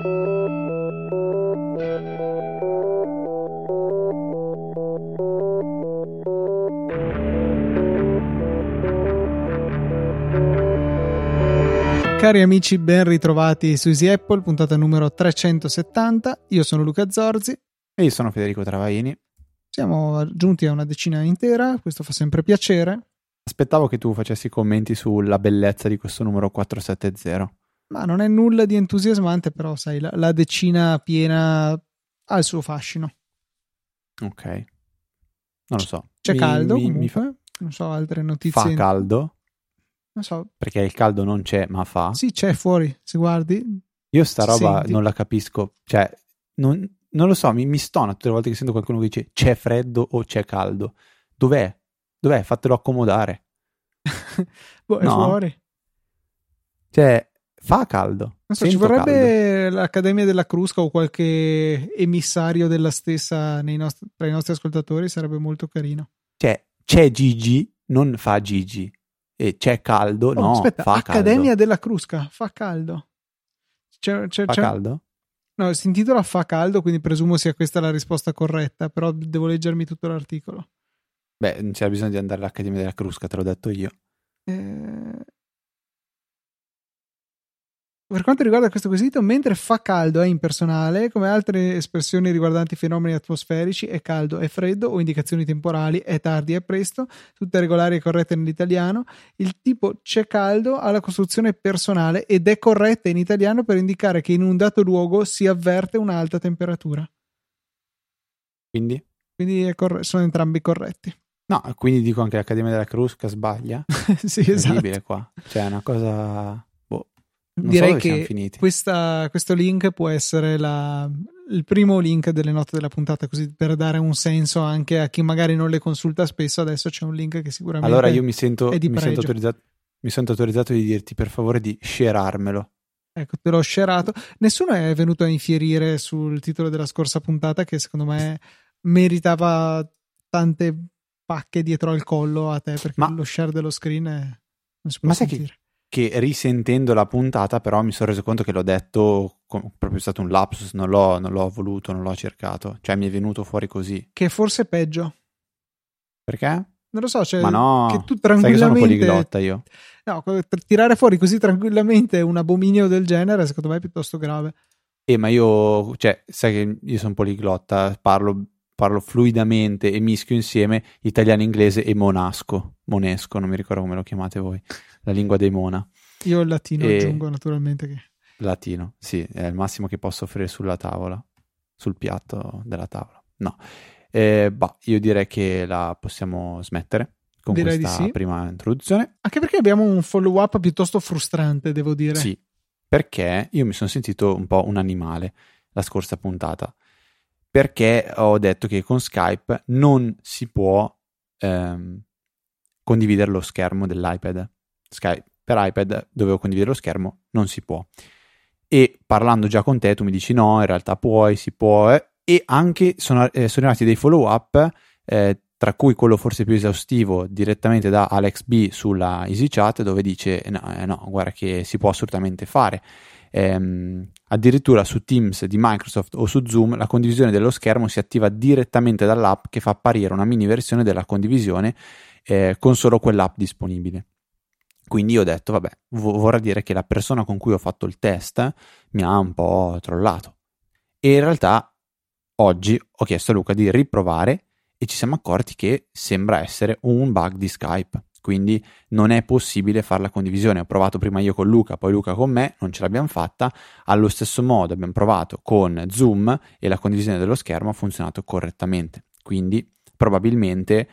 Cari amici, ben ritrovati su Easy Apple, puntata numero 370. Io sono Luca Zorzi. E io sono Federico Travaini. Siamo giunti a una decina intera, questo fa sempre piacere. Aspettavo che tu facessi commenti sulla bellezza di questo numero 470. Ma non è nulla di entusiasmante, però sai, la decina piena ha il suo fascino. Ok. Non lo so. C'è caldo comunque? Non so, altre notizie. Fa caldo? Non so. Perché il caldo non c'è, ma fa? Sì, c'è fuori, se guardi. Io sta roba senti. non la capisco. Cioè, non lo so, mi stona tutte le volte che sento qualcuno che dice c'è freddo o c'è caldo. Dov'è? Dov'è? Fatelo accomodare. Boh, è fuori. Cioè, fa caldo. Non so, ci vorrebbe l'Accademia della Crusca o qualche emissario della stessa tra i nostri ascoltatori, sarebbe molto carino. Cioè, c'è Gigi, non fa Gigi. E c'è caldo, no, aspetta, fa Accademia caldo. della Crusca, fa caldo. Fa caldo? No, si intitola Fa caldo, quindi presumo sia questa la risposta corretta, però devo leggermi tutto l'articolo. Beh, non c'era bisogno di andare all'Accademia della Crusca, te l'ho detto io. Per quanto riguarda questo quesito, mentre fa caldo è impersonale, come altre espressioni riguardanti fenomeni atmosferici, è caldo, è freddo o indicazioni temporali, è tardi, è presto, tutte regolari e corrette nell'italiano. Il tipo c'è caldo ha la costruzione personale ed è corretta in italiano per indicare che in un dato luogo si avverte un'alta temperatura. Quindi sono entrambi corretti. No, quindi dico anche l'Accademia della Crusca sbaglia. Sì, incredibile, esatto. qua. Cioè, è una cosa... Non Direi so che questo link può essere il primo link delle note della puntata, così per dare un senso anche a chi magari non le consulta spesso. Adesso c'è un link che sicuramente allora io mi sento autorizzato di dirti per favore di sharearmelo. Ecco, te l'ho shareato. Nessuno è venuto a infierire sul titolo della scorsa puntata, che secondo me meritava tante pacche dietro al collo a te, perché lo share dello screen non si può sentire. Che risentendo la puntata però mi sono reso conto che l'ho detto proprio è stato un lapsus, non l'ho voluto, non l'ho cercato, cioè mi è venuto fuori così. Che forse è peggio. Perché? Non lo so, cioè, ma no, che tu tranquillamente... sai che sono poliglotta io. No, tirare fuori così tranquillamente un abominio del genere secondo me è piuttosto grave. Ma io, cioè, sai che io sono poliglotta, parlo fluidamente e mischio insieme italiano, inglese e monesco, non mi ricordo come lo chiamate voi, la lingua dei Mona. Io il latino aggiungo naturalmente che... Latino, sì, è il massimo che posso offrire sulla tavola, sul piatto della tavola. No, io direi che la possiamo smettere con direi questa di sì. prima introduzione. Anche perché abbiamo un follow up piuttosto frustrante, devo dire. Sì, perché io mi sono sentito un po' un animale la scorsa puntata. Perché ho detto che con Skype non si può condividere lo schermo dell'iPad. Skype per iPad dovevo condividere lo schermo, non si può. E parlando già con te tu mi dici no, in realtà si può. E anche sono arrivati dei follow up, tra cui quello forse più esaustivo direttamente da Alex B sulla EasyChat, dove dice no, guarda che si può assolutamente fare. Addirittura su Teams di Microsoft o su Zoom la condivisione dello schermo si attiva direttamente dall'app che fa apparire una mini versione della condivisione con solo quell'app disponibile. Quindi io ho detto vabbè, vorrà dire che la persona con cui ho fatto il test mi ha un po' trollato, e in realtà oggi ho chiesto a Luca di riprovare e ci siamo accorti che sembra essere un bug di Skype. Quindi non è possibile fare la condivisione. Ho provato prima io con Luca, poi Luca con me, non ce l'abbiamo fatta. Allo stesso modo abbiamo provato con Zoom e la condivisione dello schermo ha funzionato correttamente. Quindi probabilmente,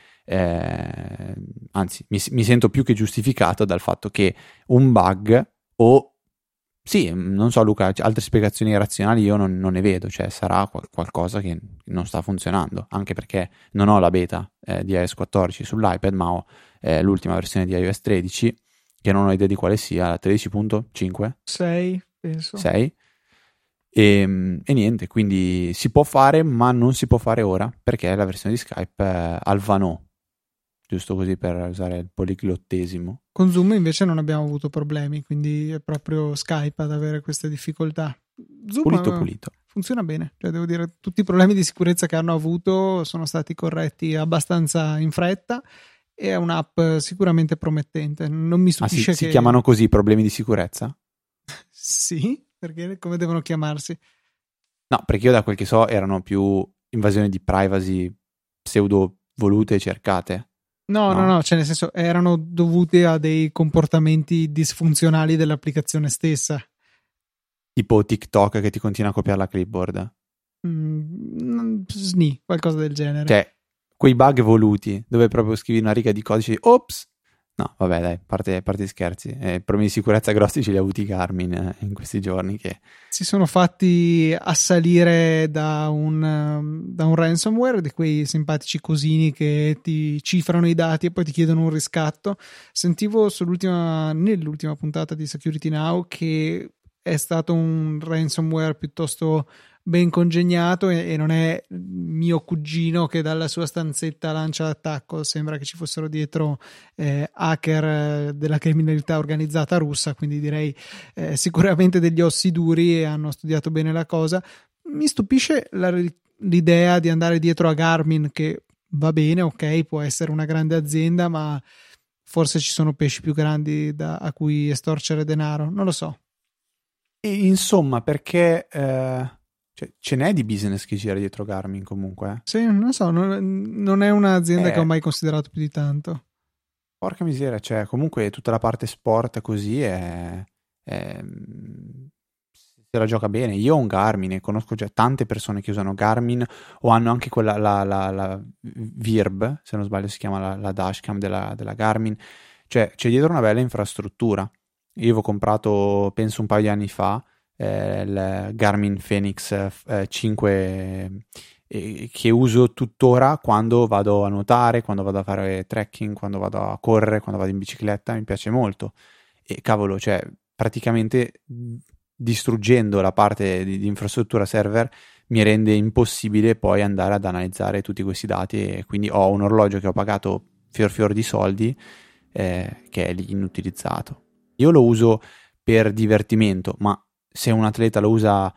anzi mi sento più che giustificato dal fatto che un bug sì, non so Luca, altre spiegazioni razionali io non ne vedo, cioè sarà qualcosa che non sta funzionando, anche perché non ho la beta di iOS 14 sull'iPad, ma ho l'ultima versione di iOS 13, che non ho idea di quale sia, la 13.5? 6, penso. 6? E niente, quindi si può fare, ma non si può fare ora, perché la versione di Skype è al vano, giusto così per usare il poliglottesimo. Con Zoom invece non abbiamo avuto problemi, quindi è proprio Skype ad avere queste difficoltà. Zoom pulito. Funziona bene, cioè devo dire, tutti i problemi di sicurezza che hanno avuto sono stati corretti abbastanza in fretta. È un'app sicuramente promettente. Non mi stupisce che si chiamano così problemi di sicurezza? Sì, perché come devono chiamarsi? No, perché io da quel che so erano più invasioni di privacy pseudo volute e cercate. No, cioè nel senso erano dovute a dei comportamenti disfunzionali dell'applicazione stessa. Tipo TikTok che ti continua a copiare la clipboard. SNI, qualcosa del genere. Cioè, quei bug voluti dove proprio scrivi una riga di codice, ops! No, vabbè, dai, parte scherzi. Problemi di sicurezza grossi ce li ha avuti Garmin in questi giorni che Si sono fatti assalire da un ransomware, di quei simpatici cosini che ti cifrano i dati e poi ti chiedono un riscatto. Sentivo nell'ultima puntata di Security Now che è stato un ransomware piuttosto ben congegnato e non è mio cugino che dalla sua stanzetta lancia l'attacco. Sembra che ci fossero dietro hacker della criminalità organizzata russa, quindi direi sicuramente degli ossi duri e hanno studiato bene la cosa. Mi stupisce l'idea di andare dietro a Garmin, che va bene, ok, può essere una grande azienda, ma forse ci sono pesci più grandi a cui estorcere denaro, non lo so. E insomma, perché cioè, ce n'è di business che gira dietro Garmin comunque? Sì, non lo so, non è un'azienda che ho mai considerato più di tanto. Porca miseria, cioè comunque tutta la parte sport così se la gioca bene. Io ho un Garmin e conosco già tante persone che usano Garmin o hanno anche quella la Virb, se non sbaglio si chiama la dashcam della Garmin. Cioè c'è dietro una bella infrastruttura. Io avevo comprato, penso un paio di anni fa, il Garmin Fenix 5 che uso tuttora quando vado a nuotare, quando vado a fare trekking, quando vado a correre, quando vado in bicicletta, mi piace molto. E cavolo, cioè praticamente distruggendo la parte di infrastruttura server mi rende impossibile poi andare ad analizzare tutti questi dati e quindi ho un orologio che ho pagato fior di soldi che è lì inutilizzato. Io lo uso per divertimento, ma se un atleta lo usa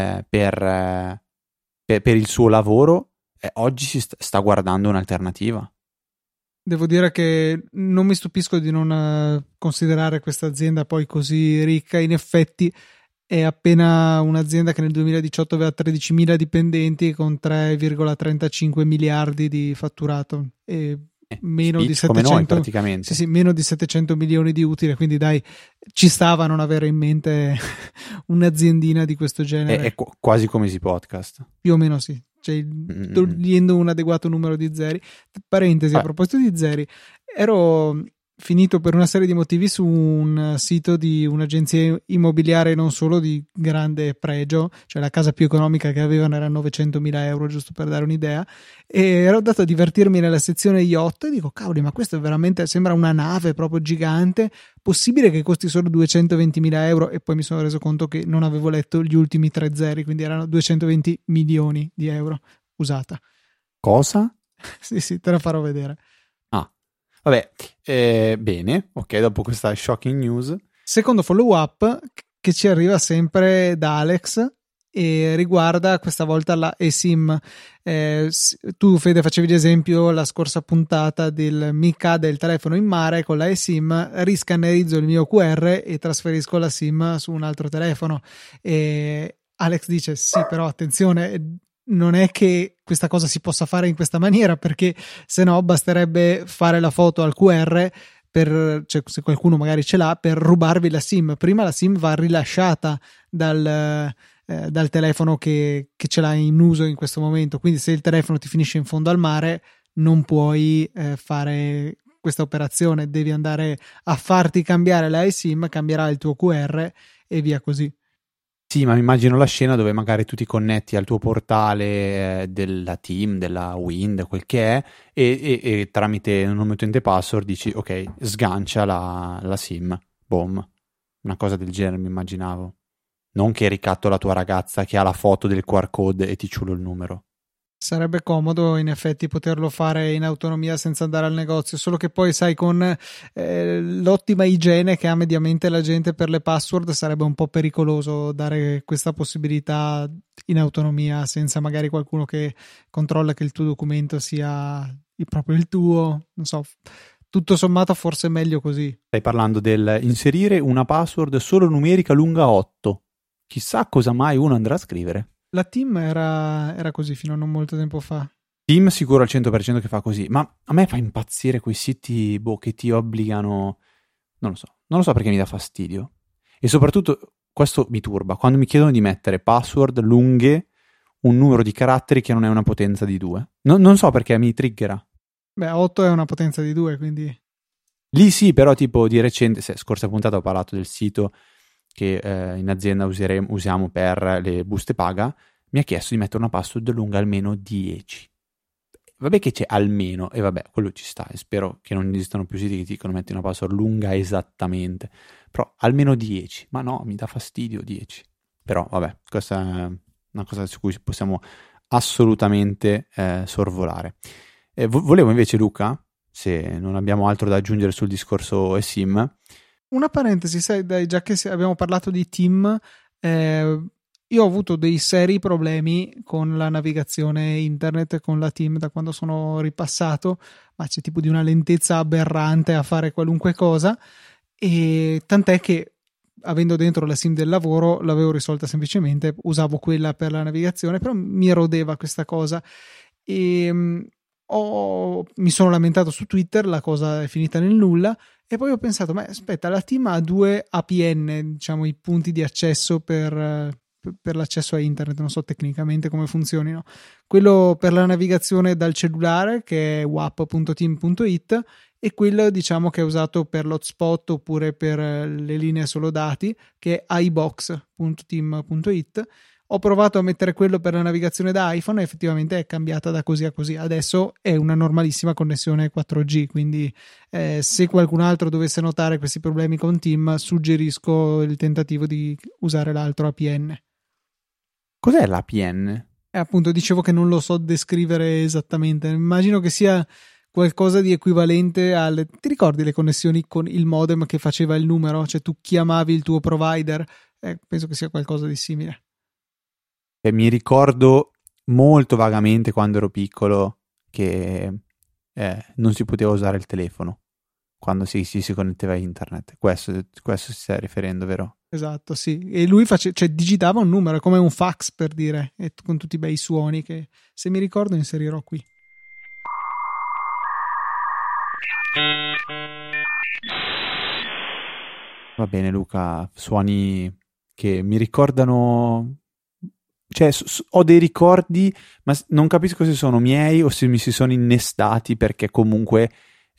per il suo lavoro, oggi si sta guardando un'alternativa. Devo dire che non mi stupisco di non considerare questa azienda poi così ricca. In effetti è appena un'azienda che nel 2018 aveva 13.000 dipendenti con 3,35 miliardi di fatturato e meno di 700, come noi praticamente. Sì, meno di 700 milioni di utile, quindi dai, ci stava a non avere in mente un'aziendina di questo genere. È quasi come Easy Podcast. Più o meno sì, cioè, togliendo un adeguato numero di zeri. Parentesi, a proposito di zeri, ero finito per una serie di motivi su un sito di un'agenzia immobiliare non solo di grande pregio, cioè la casa più economica che avevano era 900.000 euro, giusto per dare un'idea, e ero andato a divertirmi nella sezione yacht e dico cavoli, ma questo è veramente, sembra una nave proprio gigante, possibile che costi solo 220.000 euro? E poi mi sono reso conto che non avevo letto gli ultimi 3 zeri, quindi erano 220 milioni di euro usata. Cosa? Sì, te la farò vedere. Vabbè, bene, ok, dopo questa shocking news. Secondo follow up che ci arriva sempre da Alex e riguarda questa volta la eSIM. Tu, Fede, facevi l'esempio la scorsa puntata del mi cade il telefono in mare con la eSIM, riscannerizzo il mio QR e trasferisco la SIM su un altro telefono. E Alex dice sì, però attenzione, non è che questa cosa si possa fare in questa maniera, perché se no basterebbe fare la foto al QR cioè, se qualcuno magari ce l'ha, per rubarvi la SIM. Prima la SIM va rilasciata dal telefono che ce l'ha in uso in questo momento, quindi se il telefono ti finisce in fondo al mare non puoi fare questa operazione, devi andare a farti cambiare la eSIM, cambierà il tuo QR e via così. Sì, ma mi immagino la scena dove magari tu ti connetti al tuo portale della team, della Wind, quel che è, e tramite un nome utente password dici ok, sgancia la SIM, boom. Una cosa del genere mi immaginavo. Non che ricatto la tua ragazza che ha la foto del QR code e ti ciulo il numero. Sarebbe comodo in effetti poterlo fare in autonomia senza andare al negozio, solo che poi sai con l'ottima igiene che ha mediamente la gente per le password sarebbe un po' pericoloso dare questa possibilità in autonomia senza magari qualcuno che controlla che il tuo documento sia proprio il tuo, non so, tutto sommato forse è meglio così. Stai parlando del inserire una password solo numerica lunga 8. Chissà cosa mai uno andrà a scrivere. La team era così fino a non molto tempo fa. Team sicuro al 100% che fa così, ma a me fa impazzire quei siti che ti obbligano, non lo so perché mi dà fastidio. E soprattutto questo mi turba, quando mi chiedono di mettere password lunghe, un numero di caratteri che non è una potenza di 2. Non so perché mi triggera. Beh, 8 è una potenza di 2, quindi... Lì sì, però tipo di recente, scorsa puntata ho parlato del sito che in azienda usiamo per le buste paga, mi ha chiesto di mettere una password lunga almeno 10. Vabbè che c'è almeno, e vabbè, quello ci sta, e spero che non esistano più siti che ti dicono metti una password lunga esattamente, però almeno 10, ma no, mi dà fastidio 10. Però vabbè, questa è una cosa su cui possiamo assolutamente sorvolare. Volevo invece, Luca, se non abbiamo altro da aggiungere sul discorso eSIM. Una parentesi, sai, dai, già che abbiamo parlato di team, io ho avuto dei seri problemi con la navigazione internet con la team da quando sono ripassato, ma c'è tipo di una lentezza aberrante a fare qualunque cosa, e tant'è che avendo dentro la SIM del lavoro l'avevo risolta semplicemente, usavo quella per la navigazione, però mi erodeva questa cosa e mi sono lamentato su Twitter, la cosa è finita nel nulla. E poi ho pensato, ma aspetta, la team ha 2 APN, diciamo i punti di accesso per l'accesso a internet, non so tecnicamente come funzionino. Quello per la navigazione dal cellulare, che è wap.team.it, e quello diciamo che è usato per l'hotspot oppure per le linee solo dati, che è ibox.team.it. Ho provato a mettere quello per la navigazione da iPhone e effettivamente è cambiata da così a così. Adesso è una normalissima connessione 4G, quindi se qualcun altro dovesse notare questi problemi con Team, suggerisco il tentativo di usare l'altro APN. Cos'è l'APN? Appunto, dicevo che non lo so descrivere esattamente. Immagino che sia qualcosa di equivalente alle... Ti ricordi le connessioni con il modem che faceva il numero? Cioè tu chiamavi il tuo provider? Penso che sia qualcosa di simile. Mi ricordo molto vagamente quando ero piccolo che non si poteva usare il telefono quando si connetteva a internet. Questo si sta riferendo, vero? Esatto, sì. E lui digitava un numero, come un fax per dire, e con tutti i bei suoni che se mi ricordo inserirò qui. Va bene, Luca, suoni che mi ricordano... Cioè, ho dei ricordi, ma non capisco se sono miei o se mi si sono innestati perché comunque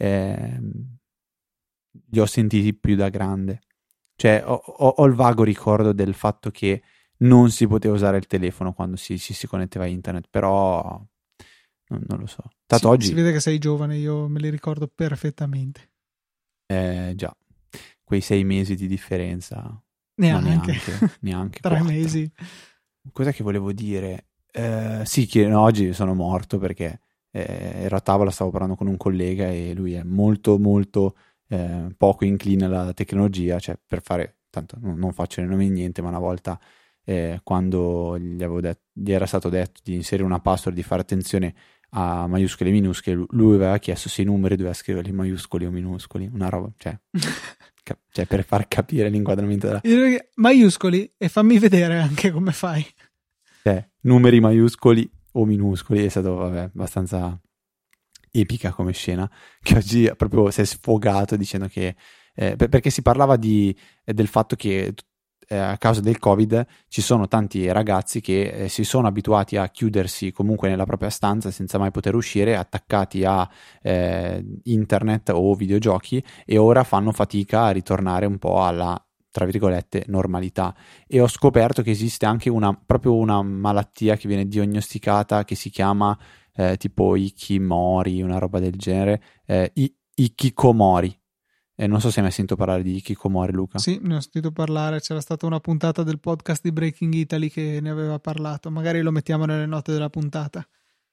li ho sentiti più da grande. Cioè, ho il vago ricordo del fatto che non si poteva usare il telefono quando si connetteva a internet, però non lo so. Tanto oggi si vede che sei giovane, io me li ricordo perfettamente. Già, quei 6 mesi di differenza. Neanche 3 4 mesi. Cos'è che volevo dire? Sì, che oggi sono morto perché ero a tavola, stavo parlando con un collega e lui è molto molto poco incline alla tecnologia, cioè per fare, tanto non faccio né nome né niente, ma una volta quando gli era stato detto di inserire una password, di fare attenzione a maiuscoli e minuscoli, lui aveva chiesto se i numeri doveva scriverli maiuscoli o minuscoli, una roba, cioè per far capire l'inquadramento della... Maiuscoli, e fammi vedere anche come fai. Numeri maiuscoli o minuscoli, è stato abbastanza epica come scena, che oggi proprio si è sfogato dicendo che perché si parlava del fatto che a causa del Covid ci sono tanti ragazzi che si sono abituati a chiudersi comunque nella propria stanza senza mai poter uscire, attaccati a internet o videogiochi, e ora fanno fatica a ritornare un po' alla, tra virgolette, normalità. E ho scoperto che esiste anche proprio una malattia che viene diagnosticata che si chiama tipo Ikimori, una roba del genere, Ikikomori. Non so se hai mai sentito parlare di Ikikomori, Luca. Sì, ne ho sentito parlare, c'era stata una puntata del podcast di Breaking Italy che ne aveva parlato, magari lo mettiamo nelle note della puntata.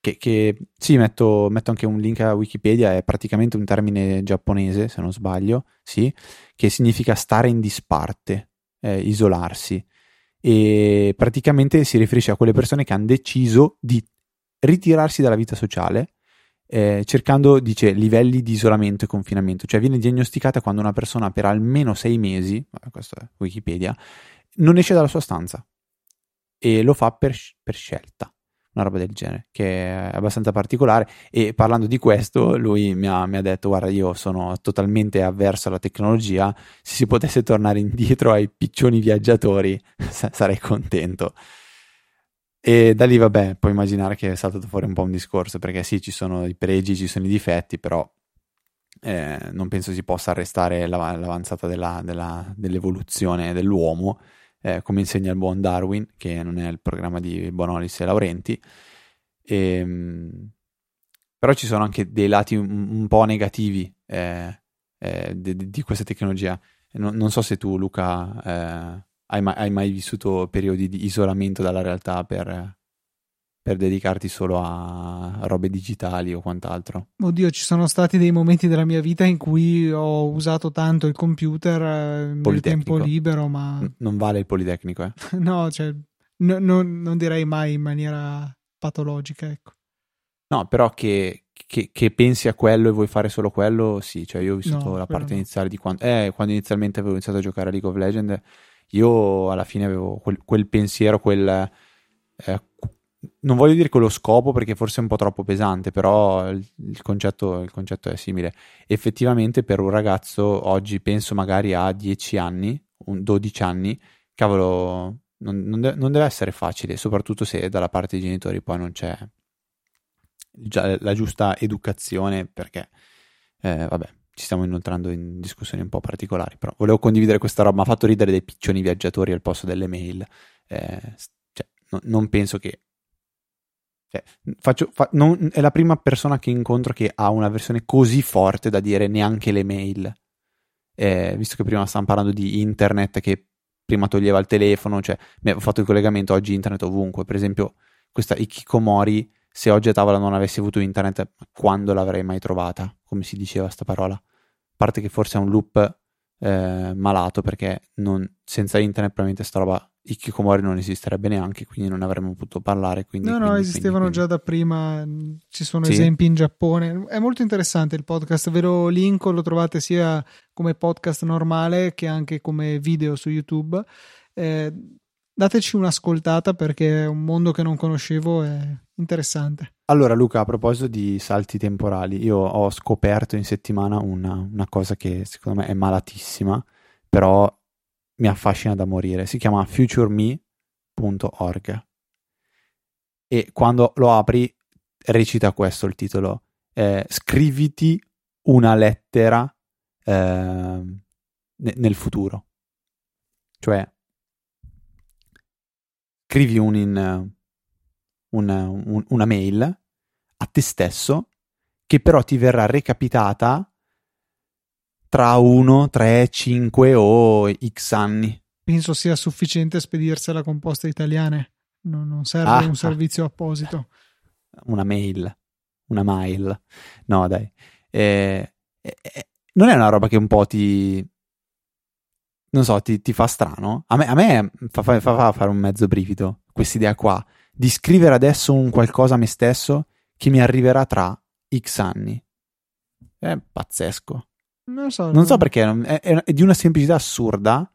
sì, metto anche un link a Wikipedia, è praticamente un termine giapponese, se non sbaglio, sì, che significa stare in disparte, isolarsi, e praticamente si riferisce a quelle persone che hanno deciso di ritirarsi dalla vita sociale, cercando, dice, livelli di isolamento e confinamento, cioè viene diagnosticata quando una persona per almeno 6 mesi, questo è Wikipedia, non esce dalla sua stanza, e lo fa per scelta, una roba del genere, che è abbastanza particolare. E parlando di questo, lui mi ha detto: guarda, io sono totalmente avverso alla tecnologia, se si potesse tornare indietro ai piccioni viaggiatori sarei contento. E da lì, vabbè, puoi immaginare che è saltato fuori un po' un discorso, perché sì, ci sono i pregi, ci sono i difetti, però non penso si possa arrestare l'avanzata dell'evoluzione dell'uomo, come insegna il buon Darwin, che non è il programma di Bonolis e Laurenti. Però ci sono anche dei lati un po' negativi di questa tecnologia. Non so se tu, Luca, hai mai vissuto periodi di isolamento dalla realtà per dedicarti solo a robe digitali o quant'altro. Oddio, ci sono stati dei momenti della mia vita in cui ho usato tanto il computer nel tempo libero, ma non vale il Politecnico, eh? No, cioè, non direi mai in maniera patologica, ecco. No, però che pensi a quello e vuoi fare solo quello, sì, cioè io ho vissuto la parte iniziale di quando inizialmente avevo iniziato a giocare a League of Legends, io alla fine avevo quel pensiero, non voglio dire quello scopo perché forse è un po' troppo pesante, però il concetto è simile. Effettivamente per un ragazzo oggi, penso magari a 10 anni, 12 anni, cavolo, non deve essere facile, soprattutto se dalla parte dei genitori poi non c'è la giusta educazione, perché vabbè, ci stiamo inoltrando in discussioni un po' particolari, però volevo condividere questa roba. Mi ha fatto ridere dei piccioni viaggiatori al posto delle mail, cioè, non penso che è la prima persona che incontro che ha una versione così forte da dire neanche le mail, visto che prima stavamo parlando di internet che prima toglieva il telefono, cioè ho fatto il collegamento, oggi internet ovunque. Per esempio questa Ikikomori, se oggi a tavola non avessi avuto internet, quando l'avrei mai trovata? Come si diceva sta parola? A parte che forse è un loop malato, perché senza internet probabilmente sta roba Ikikomori non esisterebbe neanche, quindi non avremmo potuto parlare. No, esistevano già da prima, ci sono esempi in Giappone. È molto interessante il podcast, ve lo linko, lo trovate sia come podcast normale che anche come video su YouTube. Dateci un'ascoltata perché è un mondo che non conoscevo, è interessante. Allora Luca, a proposito di salti temporali, io ho scoperto in settimana una cosa che secondo me è malatissima, però mi affascina da morire. Si chiama futureme.org e quando lo apri recita questo il titolo: scriviti una lettera nel futuro. Cioè scrivi una mail a te stesso che però ti verrà recapitata tra 1, 3, 5 o X anni. Penso sia sufficiente spedirsela con Poste Italiane, non serve un servizio apposito. Una mail. No, dai. Non è una roba che un po' non so, ti fa strano? A me fa fare un mezzo brivido quest'idea qua di scrivere adesso un qualcosa a me stesso che mi arriverà tra X anni. È pazzesco. Non so perché, è di una semplicità assurda,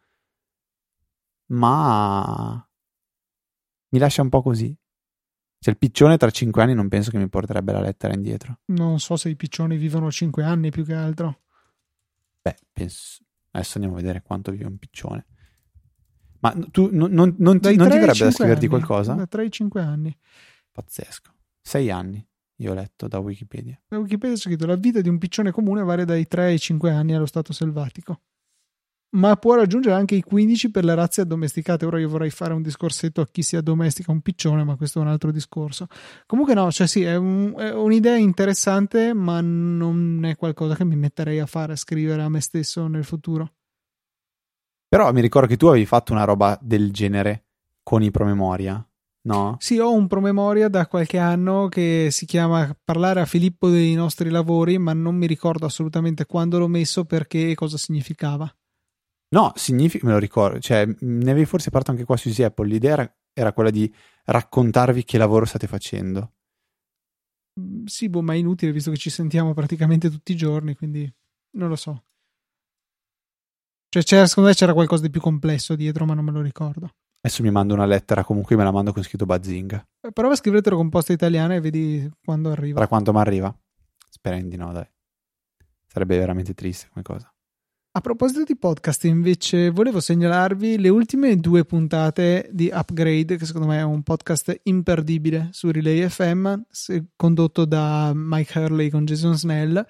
ma mi lascia un po' così. Cioè il piccione tra 5 anni non penso che mi porterebbe la lettera indietro. Non so se i piccioni vivono 5 anni più che altro. Beh, penso. Adesso andiamo a vedere quanto vive un piccione. Ma tu non ti verrebbe da scriverti qualcosa? Da 3 ai 5 anni. Pazzesco. 6 anni, io ho letto da Wikipedia. Da Wikipedia c'è scritto: la vita di un piccione comune varia dai 3 ai 5 anni allo stato selvatico, ma può raggiungere anche i 15 per le razze addomesticate. Ora io vorrei fare un discorsetto a chi si addomestica un piccione, ma questo è un altro discorso. Comunque no, cioè sì, è un'idea interessante, ma non è qualcosa che mi metterei a fare, a scrivere a me stesso nel futuro. Però mi ricordo che tu avevi fatto una roba del genere con i promemoria. No? Sì, ho un promemoria da qualche anno che si chiama Parlare a Filippo dei nostri lavori, ma non mi ricordo assolutamente quando l'ho messo, perché e cosa significava. No, significa, me lo ricordo, cioè ne avevi forse parlato anche qua su Easy Apple, l'idea era quella di raccontarvi che lavoro state facendo. Sì, boh, ma è inutile visto che ci sentiamo praticamente tutti i giorni, quindi non lo so. Cioè, secondo me c'era qualcosa di più complesso dietro, ma non me lo ricordo. Adesso mi mando una lettera, comunque me la mando con scritto Bazinga. Prova a scrivertelo con posta italiana e vedi quando arriva. Tra quanto mi arriva? Speriamo di no, dai. Sarebbe veramente triste come cosa. A proposito di podcast, invece, volevo segnalarvi le ultime 2 puntate di Upgrade, che secondo me è un podcast imperdibile su Relay FM, condotto da Mike Hurley con Jason Snell,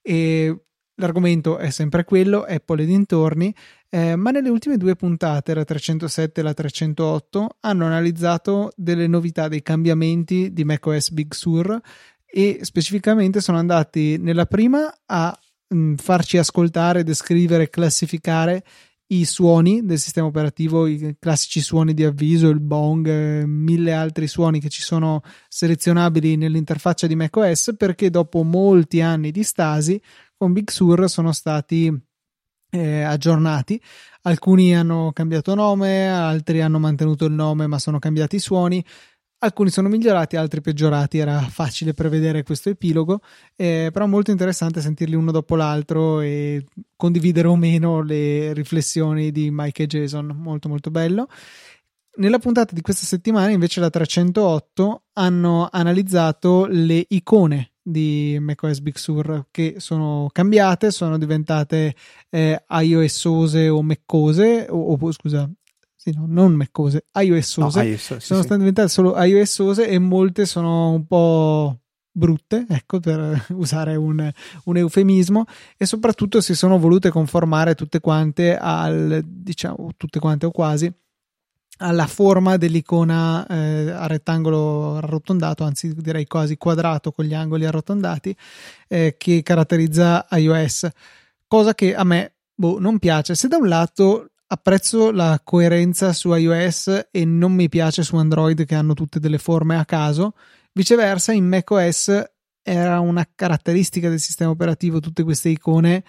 e l'argomento è sempre quello, Apple e dintorni, ma nelle ultime 2 puntate, la 307 e la 308, hanno analizzato delle novità, dei cambiamenti di macOS Big Sur, e specificamente sono andati nella prima a farci ascoltare, descrivere e classificare i suoni del sistema operativo, i classici suoni di avviso, il bong, 1000 altri suoni che ci sono selezionabili nell'interfaccia di macOS, perché dopo molti anni di stasi con Big Sur sono stati aggiornati. Alcuni hanno cambiato nome, altri hanno mantenuto il nome ma sono cambiati i suoni. Alcuni sono migliorati, altri peggiorati, era facile prevedere questo epilogo, però molto interessante sentirli uno dopo l'altro e condividere o meno le riflessioni di Mike e Jason, molto molto bello. Nella puntata di questa settimana, invece, la 308, hanno analizzato le icone di macOS Big Sur, che sono cambiate, sono diventate iOS-ose o Mac-ose, scusa, sì, no, non Mac-ose, iOS-ose, No, sì, sono sì. state diventate solo iOS-ose e molte sono un po' brutte, ecco, per usare un eufemismo, e soprattutto si sono volute conformare tutte quante diciamo, tutte quante o quasi, alla forma dell'icona a rettangolo arrotondato, anzi direi quasi quadrato con gli angoli arrotondati, che caratterizza iOS, cosa che a me non piace. Se da un lato apprezzo la coerenza su iOS e non mi piace su Android, che hanno tutte delle forme a caso, viceversa in macOS era una caratteristica del sistema operativo tutte queste icone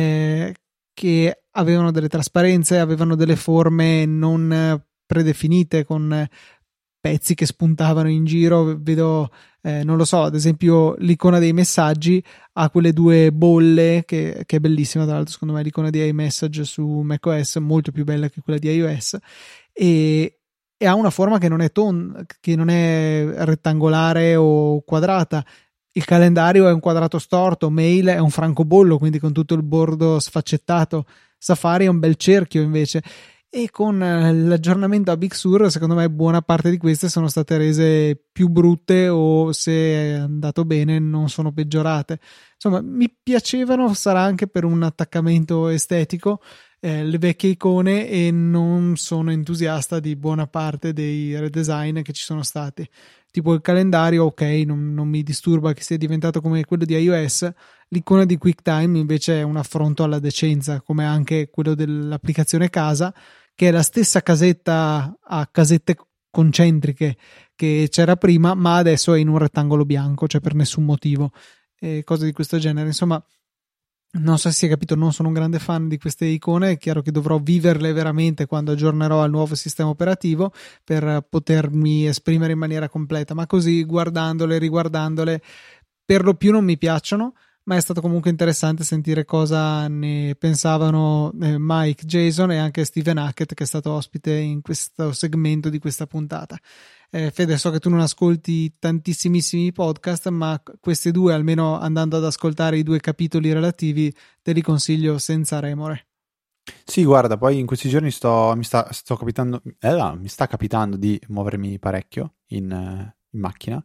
che avevano delle trasparenze, avevano delle forme non predefinite, con pezzi che spuntavano in giro. Vedo, non lo so, ad esempio l'icona dei messaggi ha quelle 2 bolle che è bellissima, tra l'altro secondo me l'icona di iMessage su macOS è molto più bella che quella di iOS, e ha una forma che non è che non è rettangolare o quadrata. Il calendario è un quadrato storto, Mail è un francobollo, quindi con tutto il bordo sfaccettato. Safari è un bel cerchio invece. E con l'aggiornamento a Big Sur, secondo me, buona parte di queste sono state rese più brutte, o se è andato bene non sono peggiorate. Insomma, mi piacevano, sarà anche per un attaccamento estetico, le vecchie icone, e non sono entusiasta di buona parte dei redesign che ci sono stati. Tipo il calendario, ok, non mi disturba che sia diventato come quello di iOS. L'icona di QuickTime invece è un affronto alla decenza, come anche quello dell'applicazione casa, che è la stessa casetta a casette concentriche che c'era prima, ma adesso è in un rettangolo bianco, cioè per nessun motivo, cose di questo genere. Insomma, non so se si è capito, non sono un grande fan di queste icone. È chiaro che dovrò viverle veramente quando aggiornerò al nuovo sistema operativo per potermi esprimere in maniera completa, ma così, guardandole, riguardandole, per lo più non mi piacciono. Ma è stato comunque interessante sentire cosa ne pensavano Mike, Jason e anche Stephen Hackett, che è stato ospite in questo segmento di questa puntata. Fede, so che tu non ascolti tantissimissimi podcast, ma questi 2, almeno andando ad ascoltare i 2 capitoli relativi, te li consiglio senza remore. Sì, guarda, poi in questi giorni mi sta capitando di muovermi parecchio in macchina,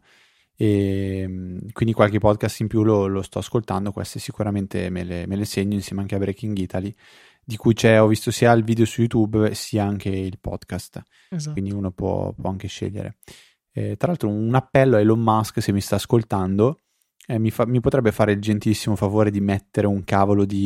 e quindi qualche podcast in più lo sto ascoltando. Queste sicuramente me le segno insieme anche a Breaking Italy, di cui ho visto sia il video su YouTube sia anche il podcast. Esatto. Quindi uno può anche scegliere. Tra l'altro, un appello a Elon Musk, se mi sta ascoltando, mi potrebbe fare il gentilissimo favore di mettere un cavolo di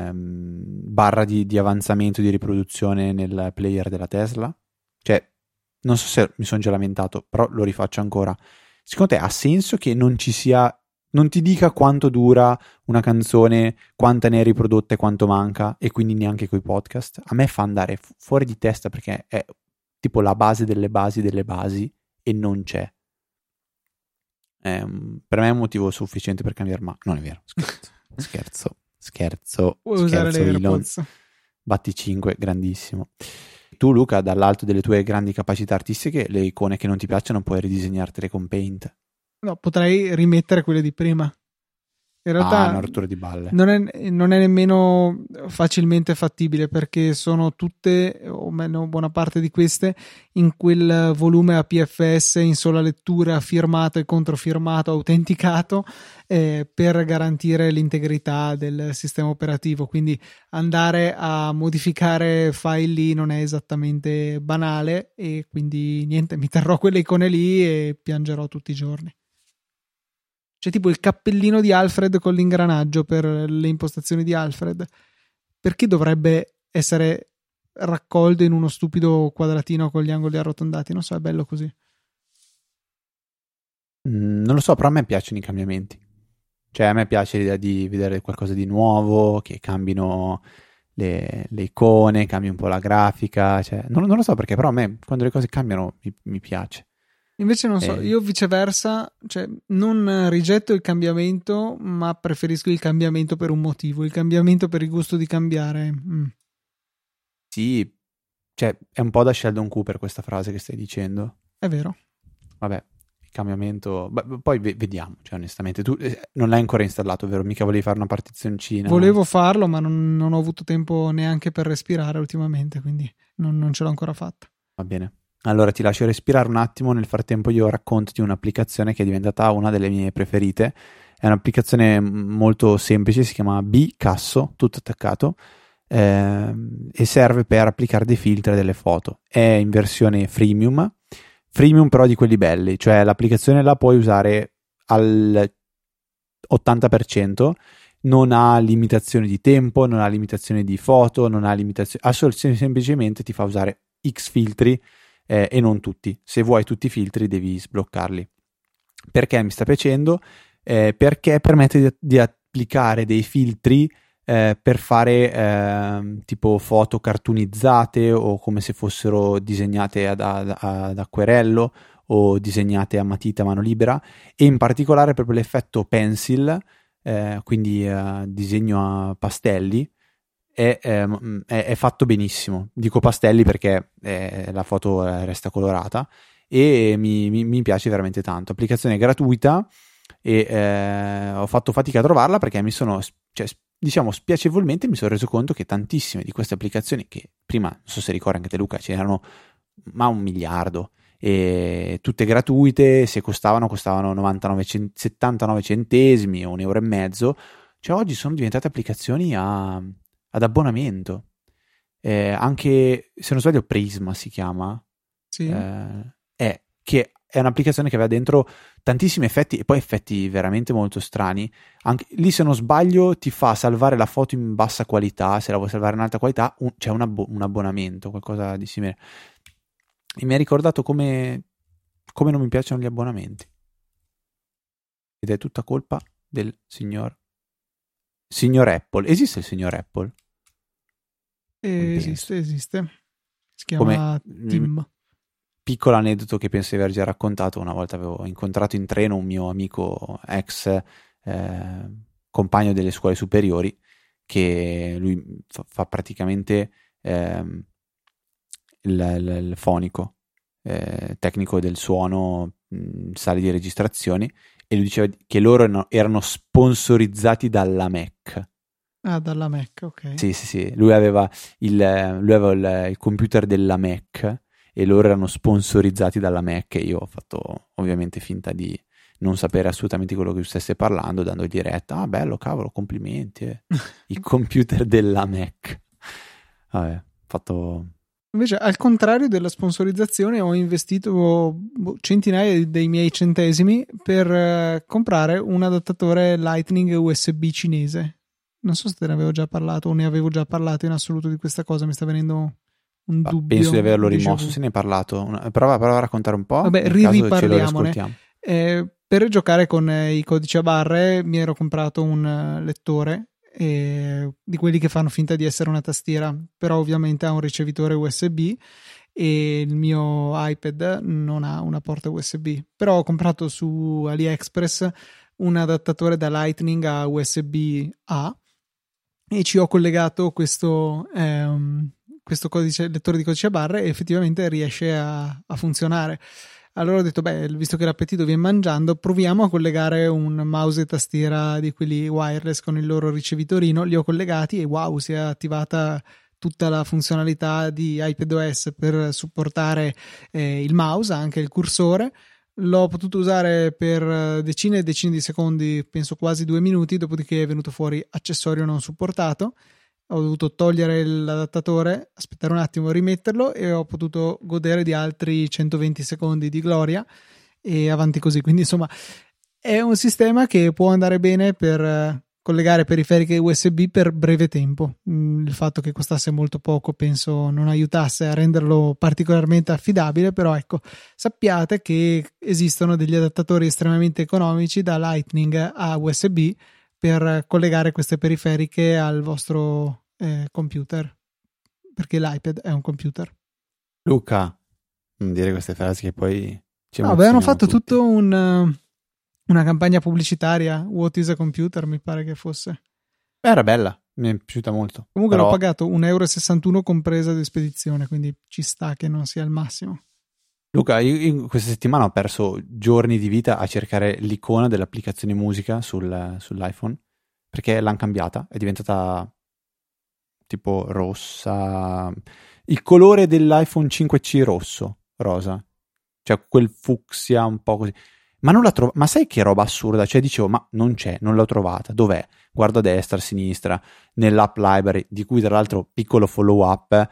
barra di avanzamento di riproduzione nel player della Tesla. Cioè, non so se mi sono già lamentato, però lo rifaccio ancora. Secondo te ha senso che non ci sia, non ti dica quanto dura una canzone, quanta ne è riprodotta e quanto manca, e quindi neanche coi podcast? A me fa andare fuori di testa, perché è tipo la base delle basi delle basi e non c'è. Per me è un motivo sufficiente per cambiare, ma non è vero, scherzo. Puoi usare le Elon. AirPods. Batti 5, grandissimo. Tu, Luca, dall'alto delle tue grandi capacità artistiche, le icone che non ti piacciono puoi ridisegnartele con Paint. No, potrei rimettere quelle di prima. In realtà una rottura di balle. non è nemmeno facilmente fattibile, perché sono tutte, o meno buona parte di queste, in quel volume APFS in sola lettura, firmato e controfirmato, autenticato, per garantire l'integrità del sistema operativo. Quindi andare a modificare file lì non è esattamente banale, e quindi niente, mi terrò quelle icone lì e piangerò tutti i giorni. C'è tipo il cappellino di Alfred con l'ingranaggio per le impostazioni di Alfred. Perché dovrebbe essere raccolto in uno stupido quadratino con gli angoli arrotondati? Non so, è bello così. Non lo so, però a me piacciono i cambiamenti. Cioè, a me piace l'idea di vedere qualcosa di nuovo, che cambino le icone, cambi un po' la grafica. Cioè, non lo so perché, però a me quando le cose cambiano mi piace. Invece non so, io viceversa, cioè non rigetto il cambiamento, ma preferisco il cambiamento per un motivo, il cambiamento per il gusto di cambiare. Sì, cioè è un po' da Sheldon Cooper questa frase che stai dicendo. È vero. Vabbè, il cambiamento, poi vediamo, cioè onestamente tu non l'hai ancora installato, vero? Mica volevi fare una partizioncina? Volevo farlo, ma non ho avuto tempo neanche per respirare ultimamente, quindi non ce l'ho ancora fatta. Va bene. Allora ti lascio respirare un attimo, nel frattempo io racconto di un'applicazione che è diventata una delle mie preferite. È un'applicazione molto semplice, si chiama Bcasso, tutto attaccato, e serve per applicare dei filtri a delle foto. È in versione freemium però di quelli belli, cioè l'applicazione la puoi usare al 80%, non ha limitazioni di tempo, non ha limitazioni di foto, non ha limitazioni, semplicemente ti fa usare X filtri, e non tutti. Se vuoi tutti i filtri devi sbloccarli. Perché mi sta piacendo? Perché permette di applicare dei filtri per fare tipo foto cartoonizzate, o come se fossero disegnate ad acquerello o disegnate a matita, a mano libera, e in particolare proprio l'effetto pencil, quindi disegno a pastelli, è fatto benissimo. Dico pastelli perché la foto resta colorata, e mi piace veramente tanto. Applicazione gratuita, e ho fatto fatica a trovarla perché diciamo spiacevolmente mi sono reso conto che tantissime di queste applicazioni, che prima, non so se ricordi anche te Luca, ce n'erano ma 1 miliardo, e tutte gratuite, se costavano 79 centesimi o €1,50, cioè oggi sono diventate applicazioni ad abbonamento. Anche, se non sbaglio, Prisma si chiama, Sì. che è un'applicazione che aveva dentro tantissimi effetti, e poi effetti veramente molto strani. Anche lì, se non sbaglio, ti fa salvare la foto in bassa qualità. Se la vuoi salvare in alta qualità c'è un abbonamento, qualcosa di simile. E mi ha ricordato come non mi piacciono gli abbonamenti, ed è tutta colpa del signor Apple. Esiste il signor Apple? Esiste. Si chiama Tim. Piccolo aneddoto che penso di aver già raccontato. Una volta avevo incontrato in treno un mio amico ex compagno delle scuole superiori, che lui fa praticamente il fonico, tecnico del suono, sale di registrazioni, e lui diceva che loro erano sponsorizzati dalla Mac. Dalla Mac, ok. Sì. Lui aveva il computer della Mac, e loro erano sponsorizzati dalla Mac, e io ho fatto ovviamente finta di non sapere assolutamente quello che stesse parlando, dando diretta. Bello, cavolo, complimenti, il computer della Mac. Vabbè, fatto. Invece, al contrario della sponsorizzazione, ho investito centinaia dei miei centesimi per comprare un adattatore Lightning USB cinese. Non so se te ne avevo già parlato o ne avevo già parlato in assoluto di questa cosa, mi sta venendo un dubbio. Penso di averlo déjà rimosso, vu. se ne è parlato. Prova a raccontare un po'. Vabbè, nel caso ce lo riparliamone. riascoltiamo. Per giocare con i codici a barre mi ero comprato un lettore di quelli che fanno finta di essere una tastiera, però ovviamente ha un ricevitore USB e il mio iPad non ha una porta USB. Però ho comprato su AliExpress un adattatore da Lightning a USB-A e ci ho collegato questo lettore di codice a barre e effettivamente riesce a funzionare. Allora ho detto, visto che l'appetito viene mangiando, proviamo a collegare un mouse e tastiera di quelli wireless con il loro ricevitorino. Li ho collegati e wow, si è attivata tutta la funzionalità di iPadOS per supportare il mouse, anche il cursore. L'ho potuto usare per decine e decine di secondi, penso quasi 2 minuti, dopodiché è venuto fuori accessorio non supportato. Ho dovuto togliere l'adattatore, aspettare un attimo, rimetterlo e ho potuto godere di altri 120 secondi di gloria e avanti così. Quindi insomma è un sistema che può andare bene per collegare periferiche USB per breve tempo. Il fatto che costasse molto poco penso non aiutasse a renderlo particolarmente affidabile, però ecco, sappiate che esistono degli adattatori estremamente economici da Lightning a USB per collegare queste periferiche al vostro computer, perché l'iPad è un computer. Luca, non dire queste frasi che poi ci Avevano fatto tutti. tutto una campagna pubblicitaria, What is a Computer, mi pare che fosse. Era bella, mi è piaciuta molto. Comunque però... l'ho pagato 1,61 € compresa di spedizione, quindi ci sta che non sia il massimo. Luca, io questa settimana ho perso giorni di vita a cercare l'icona dell'applicazione musica sull'iPhone, perché l'hanno cambiata, è diventata tipo rossa, il colore dell'iPhone 5C rosa, cioè quel fucsia un po' così. Ma non la trovo, ma sai che roba assurda? Cioè dicevo, ma non c'è, non l'ho trovata, dov'è? Guardo a destra, a sinistra, nell'app library, di cui tra l'altro piccolo follow up,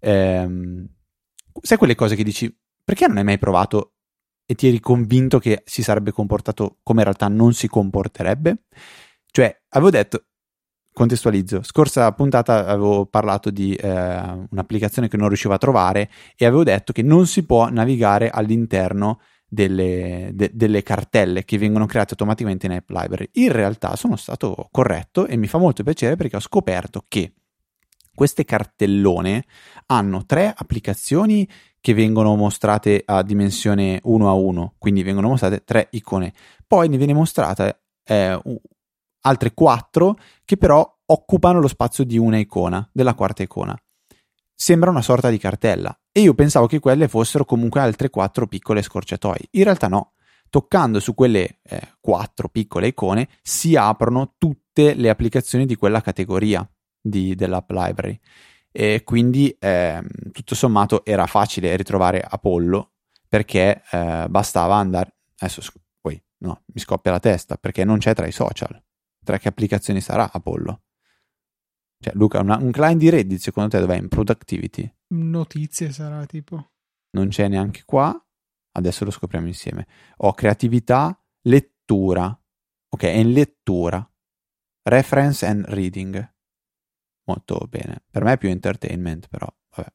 sai quelle cose che dici, perché non hai mai provato e ti eri convinto che si sarebbe comportato come in realtà non si comporterebbe? Cioè, avevo detto, contestualizzo, scorsa puntata avevo parlato di un'applicazione che non riuscivo a trovare e avevo detto che non si può navigare all'interno delle cartelle che vengono create automaticamente in App Library. In realtà sono stato corretto e mi fa molto piacere perché ho scoperto che queste cartellone hanno 3 applicazioni che vengono mostrate a dimensione 1:1, quindi vengono mostrate 3 icone. Poi ne viene mostrata altre 4 che però occupano lo spazio di una icona, della quarta icona. Sembra una sorta di cartella e io pensavo che quelle fossero comunque altre 4 piccole scorciatoie. In realtà no, toccando su quelle 4 piccole icone si aprono tutte le applicazioni di quella categoria dell'app library e quindi tutto sommato era facile ritrovare Apollo perché bastava andare, adesso poi no, mi scoppia la testa perché non c'è tra i social. Tra che applicazioni sarà Apollo? Cioè, Luca, un client di Reddit secondo te dov'è? In productivity? Notizie sarà tipo. Non c'è neanche qua. Adesso lo scopriamo insieme. Ho creatività, lettura. Ok, è in lettura. Reference and reading. Molto bene. Per me è più entertainment, però vabbè.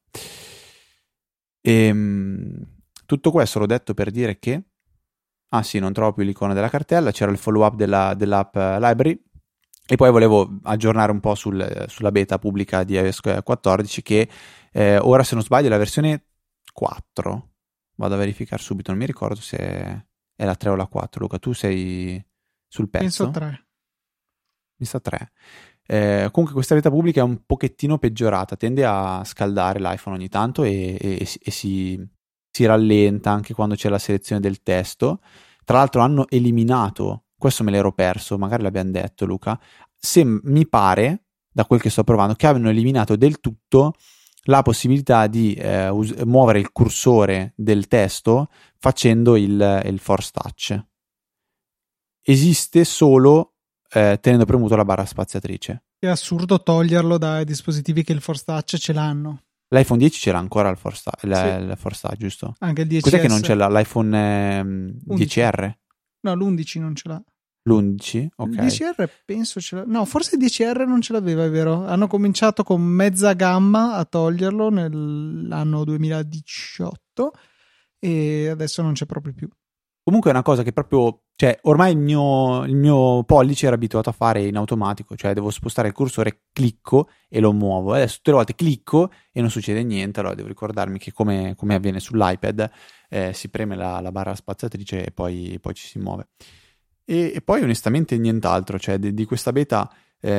Tutto questo l'ho detto per dire che ah sì, non trovo più l'icona della cartella, c'era il follow up dell'app library e poi volevo aggiornare un po' sulla beta pubblica di iOS 14 che ora se non sbaglio è la versione 4, vado a verificare subito, non mi ricordo se è la 3 o la 4. Luca, tu sei sul pezzo? Penso 3. Mi sa 3. Comunque questa beta pubblica è un pochettino peggiorata, tende a scaldare l'iPhone ogni tanto e si rallenta anche quando c'è la selezione del testo. Tra l'altro hanno eliminato, questo me l'ero perso, magari l'abbiamo detto Luca, mi pare, da quel che sto provando, che abbiano eliminato del tutto la possibilità di muovere il cursore del testo facendo il Force Touch. Esiste solo tenendo premuto la barra spaziatrice. È assurdo toglierlo dai dispositivi che il Force Touch ce l'hanno. L'iPhone 10 ce l'ha ancora il Force Touch, Sì. il Force Touch, giusto? Anche il 10S. Cos'è che non c'è l'iPhone 10R? No, l'11 non ce l'ha. L'11? Ok. Il 10R penso no, forse il 10R non ce l'aveva, è vero. Hanno cominciato con mezza gamma a toglierlo nell'anno 2018 e adesso non c'è proprio più. Comunque è una cosa che proprio, cioè ormai il mio pollice era abituato a fare in automatico, cioè devo spostare il cursore, clicco e lo muovo. Adesso tutte le volte clicco e non succede niente, allora devo ricordarmi che come avviene sull'iPad, si preme la barra spaziatrice e poi ci si muove. E poi onestamente nient'altro, cioè di questa beta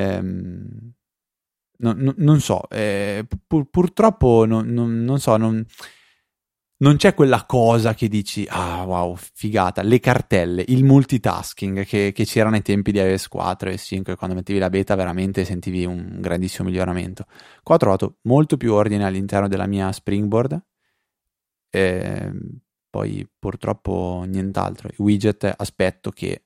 non so, purtroppo non so, non c'è quella cosa che dici, ah wow, figata, le cartelle, il multitasking che c'erano ai tempi di iOS 4 e 5, quando mettevi la beta veramente sentivi un grandissimo miglioramento. Qua ho trovato molto più ordine all'interno della mia Springboard, poi purtroppo nient'altro. I widget aspetto che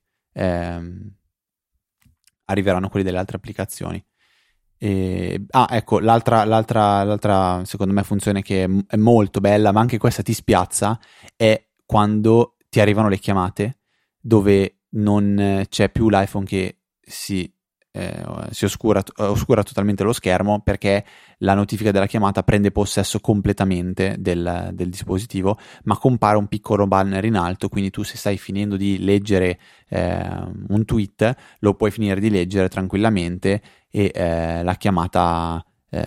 arriveranno quelli delle altre applicazioni. Ecco, l'altra secondo me funzione che è molto bella, ma anche questa ti spiazza, è quando ti arrivano le chiamate dove non c'è più l'iPhone che si oscura totalmente lo schermo, perché la notifica della chiamata prende possesso completamente del dispositivo, ma compare un piccolo banner in alto, quindi tu se stai finendo di leggere un tweet lo puoi finire di leggere tranquillamente e la chiamata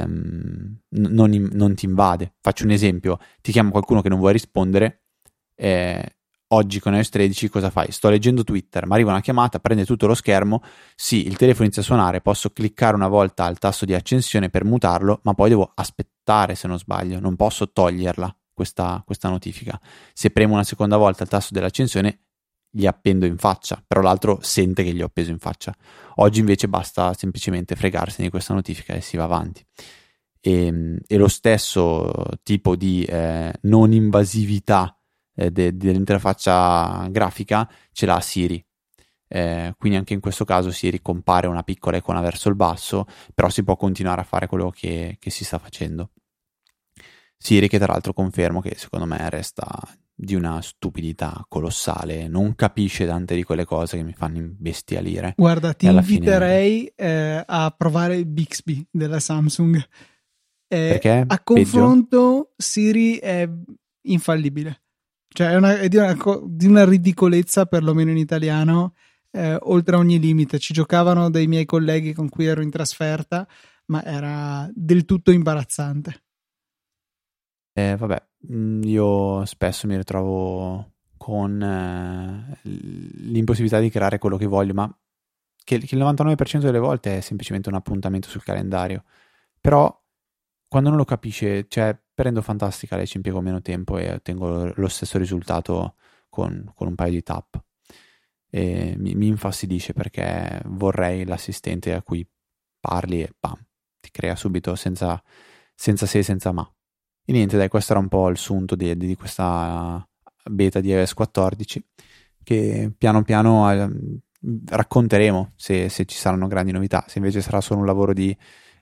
non ti invade. Faccio un esempio: ti chiama qualcuno che non vuoi rispondere, oggi con iOS 13 cosa fai? Sto leggendo Twitter, ma arriva una chiamata, prende tutto lo schermo, sì, il telefono inizia a suonare, posso cliccare una volta al tasto di accensione per mutarlo, ma poi devo aspettare, se non sbaglio, non posso toglierla questa notifica. Se premo una seconda volta il tasto dell'accensione gli appendo in faccia, però l'altro sente che gli ho appeso in faccia. Oggi invece basta semplicemente fregarsene di questa notifica e si va avanti. E lo stesso tipo di non invasività dell'interfaccia grafica ce l'ha Siri. Quindi anche in questo caso Siri compare una piccola icona verso il basso, però si può continuare a fare quello che si sta facendo. Siri, che tra l'altro confermo che secondo me resta di una stupidità colossale, non capisce tante di quelle cose che mi fanno imbestialire. Guarda, ti inviterei a provare il Bixby della Samsung. Perché? A confronto Siri è infallibile, cioè è di una ridicolezza, perlomeno in italiano, oltre ogni limite. Ci giocavano dei miei colleghi con cui ero in trasferta, ma era del tutto imbarazzante. Vabbè, io spesso mi ritrovo con l'impossibilità di creare quello che voglio, ma che il 99% delle volte è semplicemente un appuntamento sul calendario. Però quando non lo capisce, cioè prendo Fantastica, ci impiego meno tempo e ottengo lo stesso risultato con un paio di tap. E mi infastidisce, perché vorrei l'assistente a cui parli e bam, ti crea subito senza se e senza ma. E niente, dai, questo era un po' il sunto di questa beta di iOS 14, che piano piano racconteremo se ci saranno grandi novità, se invece sarà solo un lavoro di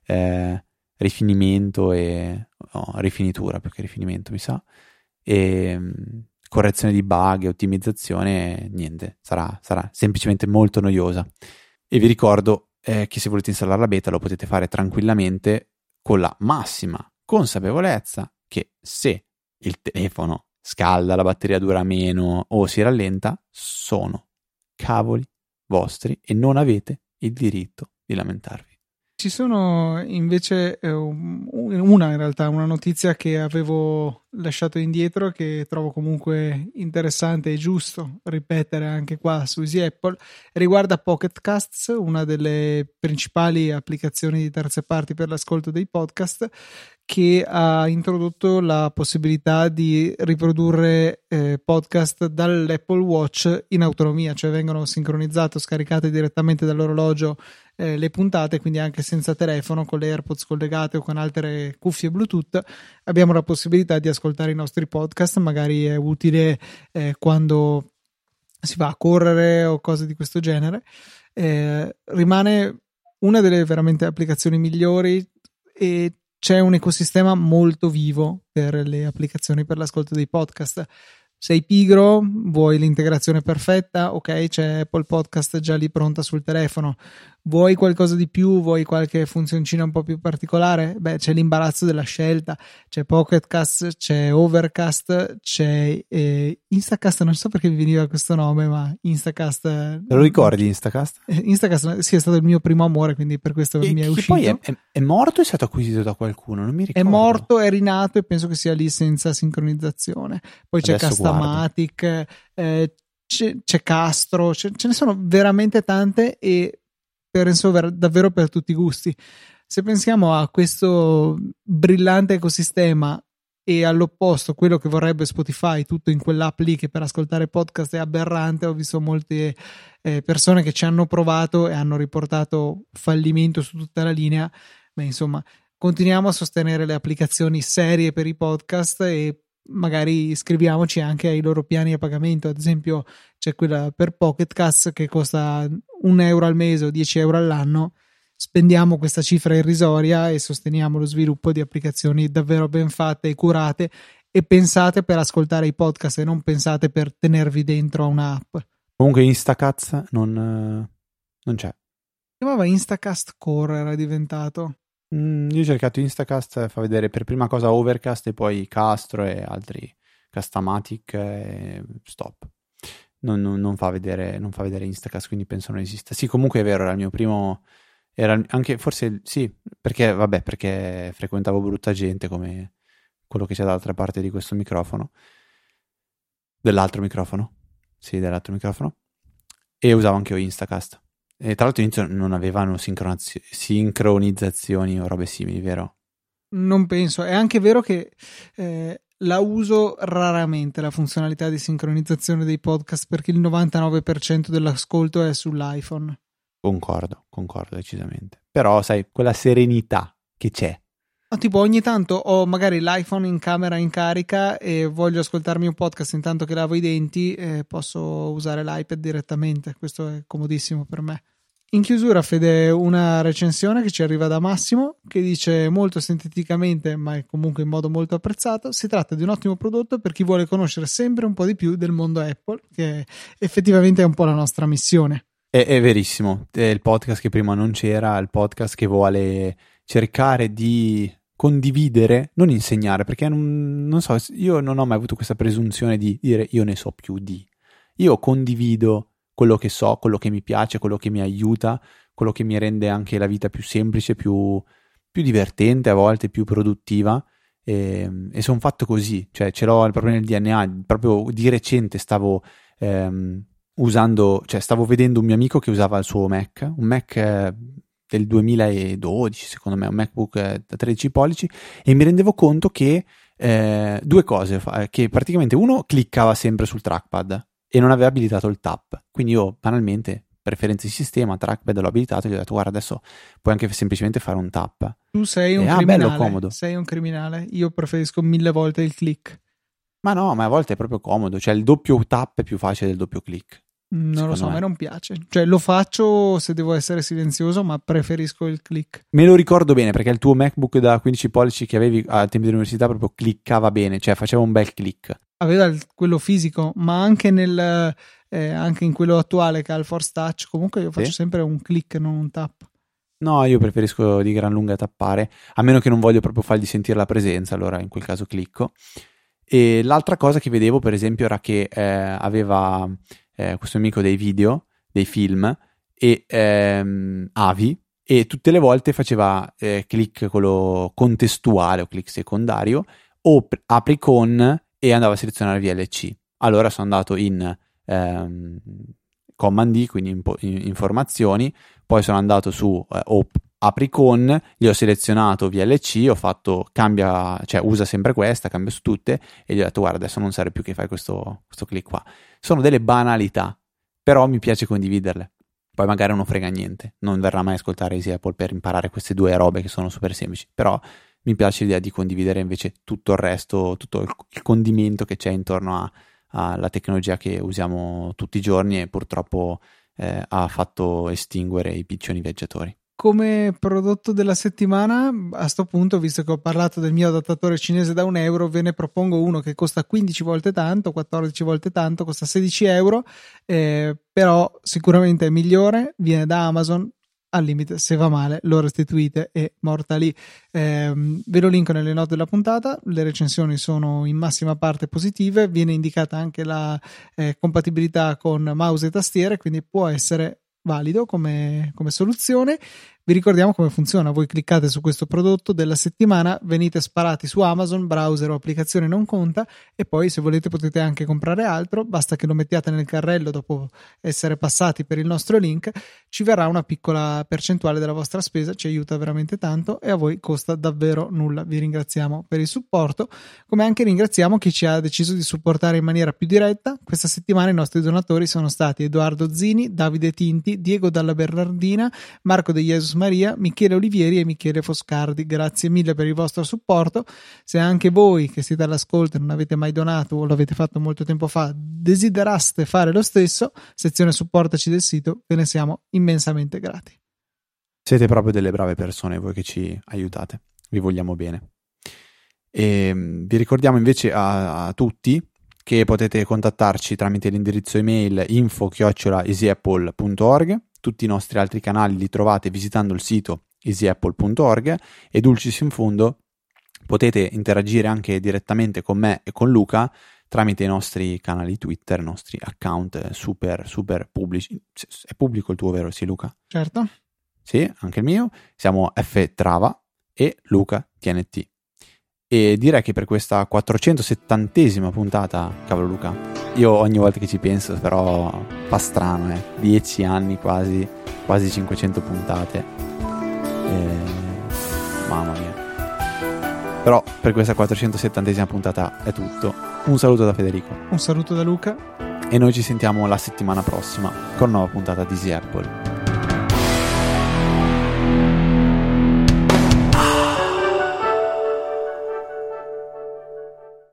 rifinimento rifinitura, più che rifinimento mi sa, e correzione di bug e ottimizzazione. Niente, sarà semplicemente molto noiosa. E vi ricordo che se volete installare la beta lo potete fare tranquillamente con la massima consapevolezza che se il telefono scalda, la batteria dura meno o si rallenta, sono cavoli vostri e non avete il diritto di lamentarvi. Ci sono invece in realtà una notizia che avevo lasciato indietro, che trovo comunque interessante e giusto ripetere anche qua su Easy Apple. Riguarda Pocket Casts, una delle principali applicazioni di terze parti per l'ascolto dei podcast, che ha introdotto la possibilità di riprodurre podcast dall'Apple Watch in autonomia, cioè vengono sincronizzate o scaricate direttamente dall'orologio le puntate, quindi anche senza telefono, con le AirPods collegate o con altre cuffie Bluetooth abbiamo la possibilità di ascoltare i nostri podcast. Magari è utile quando si va a correre o cose di questo genere. Rimane una delle veramente applicazioni migliori e c'è un ecosistema molto vivo per le applicazioni per l'ascolto dei podcast. Sei pigro, vuoi l'integrazione perfetta, ok, c'è Apple Podcast già lì pronta sul telefono. Vuoi qualcosa di più, vuoi qualche funzioncina un po' più particolare? Beh, c'è l'imbarazzo della scelta, c'è Pocket Cast, c'è Overcast, c'è Instacast, non so perché mi veniva questo nome, ma Instacast... Te lo ricordi Instacast? Instacast sì, è stato il mio primo amore, quindi per questo mi è uscito. Poi è morto o è stato acquisito da qualcuno? Non mi ricordo. È morto, è rinato e penso che sia lì senza sincronizzazione. Poi c'è Adesso Castamatic, c'è Castro, ce ne sono veramente tante e penso davvero per tutti i gusti. Se pensiamo a questo brillante ecosistema e all'opposto quello che vorrebbe Spotify, tutto in quell'app lì che per ascoltare podcast è aberrante, ho visto molte persone che ci hanno provato e hanno riportato fallimento su tutta la linea. Beh, insomma, continuiamo a sostenere le applicazioni serie per i podcast e magari iscriviamoci anche ai loro piani a pagamento. Ad esempio c'è quella per Pocket Cast che costa €1 al mese o €10 all'anno. Spendiamo questa cifra irrisoria e sosteniamo lo sviluppo di applicazioni davvero ben fatte e curate e pensate per ascoltare i podcast e non pensate per tenervi dentro a un'app. Comunque Instacast non c'è. Si chiamava Instacast Core, era diventato. Io ho cercato Instacast, fa vedere per prima cosa Overcast e poi Castro e altri Castamatic e stop. Non fa vedere Instacast, quindi penso non esista. Sì, comunque è vero, era il mio primo, era anche forse sì, perché frequentavo brutta gente come quello che c'è dall'altra parte di questo microfono. Dell'altro microfono. Sì, dell'altro microfono. E usavo anche io Instacast. E tra l'altro all'inizio non avevano sincronizzazioni o robe simili, vero? Non penso. È anche vero che la uso raramente la funzionalità di sincronizzazione dei podcast perché il 99% dell'ascolto è sull'iPhone. Concordo decisamente. Però sai, quella serenità che c'è. Tipo ogni tanto ho magari l'iPhone in camera in carica e voglio ascoltarmi un podcast intanto che lavo i denti, posso usare l'iPad direttamente. Questo è comodissimo per me. In chiusura, Fede, una recensione che ci arriva da Massimo che dice molto sinteticamente, ma è comunque in modo molto apprezzato: si tratta di un ottimo prodotto per chi vuole conoscere sempre un po' di più del mondo Apple, che effettivamente è un po' la nostra missione. È verissimo, è il podcast che prima non c'era, il podcast che vuole cercare di condividere, non insegnare, perché non so, io non ho mai avuto questa presunzione di dire io ne so più di. Io condivido quello che so, quello che mi piace, quello che mi aiuta, quello che mi rende anche la vita più semplice, più divertente, a volte più produttiva, e sono fatto così, cioè ce l'ho proprio nel DNA. Proprio di recente stavo stavo vedendo un mio amico che usava il suo Mac, un Mac del 2012 secondo me, un MacBook da 13 pollici, e mi rendevo conto che due cose, che praticamente uno cliccava sempre sul trackpad e non aveva abilitato il tap, quindi io banalmente, preferenze di sistema, trackpad l'ho abilitato e gli ho detto guarda adesso puoi anche semplicemente fare un tap. Tu sei un criminale, bello, comodo. Sei un criminale, io preferisco 1000 volte il click. Ma no, ma a volte è proprio comodo, cioè il doppio tap è più facile del doppio click. Non lo so, a me non piace. Cioè lo faccio se devo essere silenzioso, ma preferisco il click. Me lo ricordo bene perché il tuo MacBook da 15 pollici che avevi al tempo dell'università proprio cliccava bene, cioè faceva un bel click. Aveva quello fisico, ma anche anche in quello attuale che ha il Force Touch, comunque io faccio sempre un click, non un tap. No, io preferisco di gran lunga tappare, a meno che non voglio proprio fargli sentire la presenza, allora in quel caso clicco. E l'altra cosa che vedevo, per esempio, era che aveva questo amico dei video, dei film, e AVI, e tutte le volte faceva click quello contestuale o click secondario, o apri con e andava a selezionare VLC. Allora sono andato in Command D, quindi informazioni, poi sono andato su apri con, gli ho selezionato VLC, ho fatto cambia, cioè usa sempre questa, cambia su tutte, e gli ho detto guarda adesso non serve più che fai questo click qua. Sono delle banalità, però mi piace condividerle. Poi magari non frega niente, non verrà mai a ascoltare Easy Apple per imparare queste due robe che sono super semplici, però mi piace l'idea di condividere invece tutto il resto, tutto il condimento che c'è intorno alla tecnologia che usiamo tutti i giorni e purtroppo ha fatto estinguere i piccioni viaggiatori. come prodotto della settimana, a sto punto, visto che ho parlato del mio adattatore cinese da €1, ve ne propongo uno che costa 15 volte tanto, 14 volte tanto, costa €16, però sicuramente è migliore, viene da Amazon. Al limite, se va male lo restituite e morta lì. Ve lo linko nelle note della puntata. Le recensioni sono in massima parte positive, viene indicata anche la compatibilità con mouse e tastiere, quindi può essere valido come soluzione. Vi ricordiamo come funziona: voi cliccate su questo prodotto della settimana, venite sparati su Amazon, browser o applicazione non conta, e poi se volete potete anche comprare altro, basta che lo mettiate nel carrello dopo essere passati per il nostro link, ci verrà una piccola percentuale della vostra spesa, ci aiuta veramente tanto e a voi costa davvero nulla. Vi ringraziamo per il supporto, come anche ringraziamo chi ci ha deciso di supportare in maniera più diretta. Questa settimana i nostri donatori sono stati Edoardo Zini, Davide Tinti, Diego Dalla Bernardina, Marco De Jesus Maria, Michele Olivieri e Michele Foscardi. Grazie mille per il vostro supporto. Se anche voi che siete all'ascolto e non avete mai donato o l'avete fatto molto tempo fa desideraste fare lo stesso, sezione supportaci del sito, ve ne siamo immensamente grati. Siete proprio delle brave persone voi che ci aiutate, vi vogliamo bene. E vi ricordiamo invece a tutti che potete contattarci tramite l'indirizzo email info@easyapple.org. Tutti i nostri altri canali li trovate visitando il sito easyapple.org e dulcis in fundo potete interagire anche direttamente con me e con Luca tramite i nostri canali Twitter, i nostri account super pubblici. È pubblico il tuo, vero? Sì, Luca? Certo. Sì, anche il mio. Siamo Ftrava e Luca TNT. E direi che per questa 470esima puntata, cavolo Luca, io ogni volta che ci penso però fa strano, 10 anni quasi 500 puntate, mamma mia. Però per questa 470esima puntata è tutto. Un saluto da Federico, un saluto da Luca e noi ci sentiamo la settimana prossima con una nuova puntata di Easy Apple.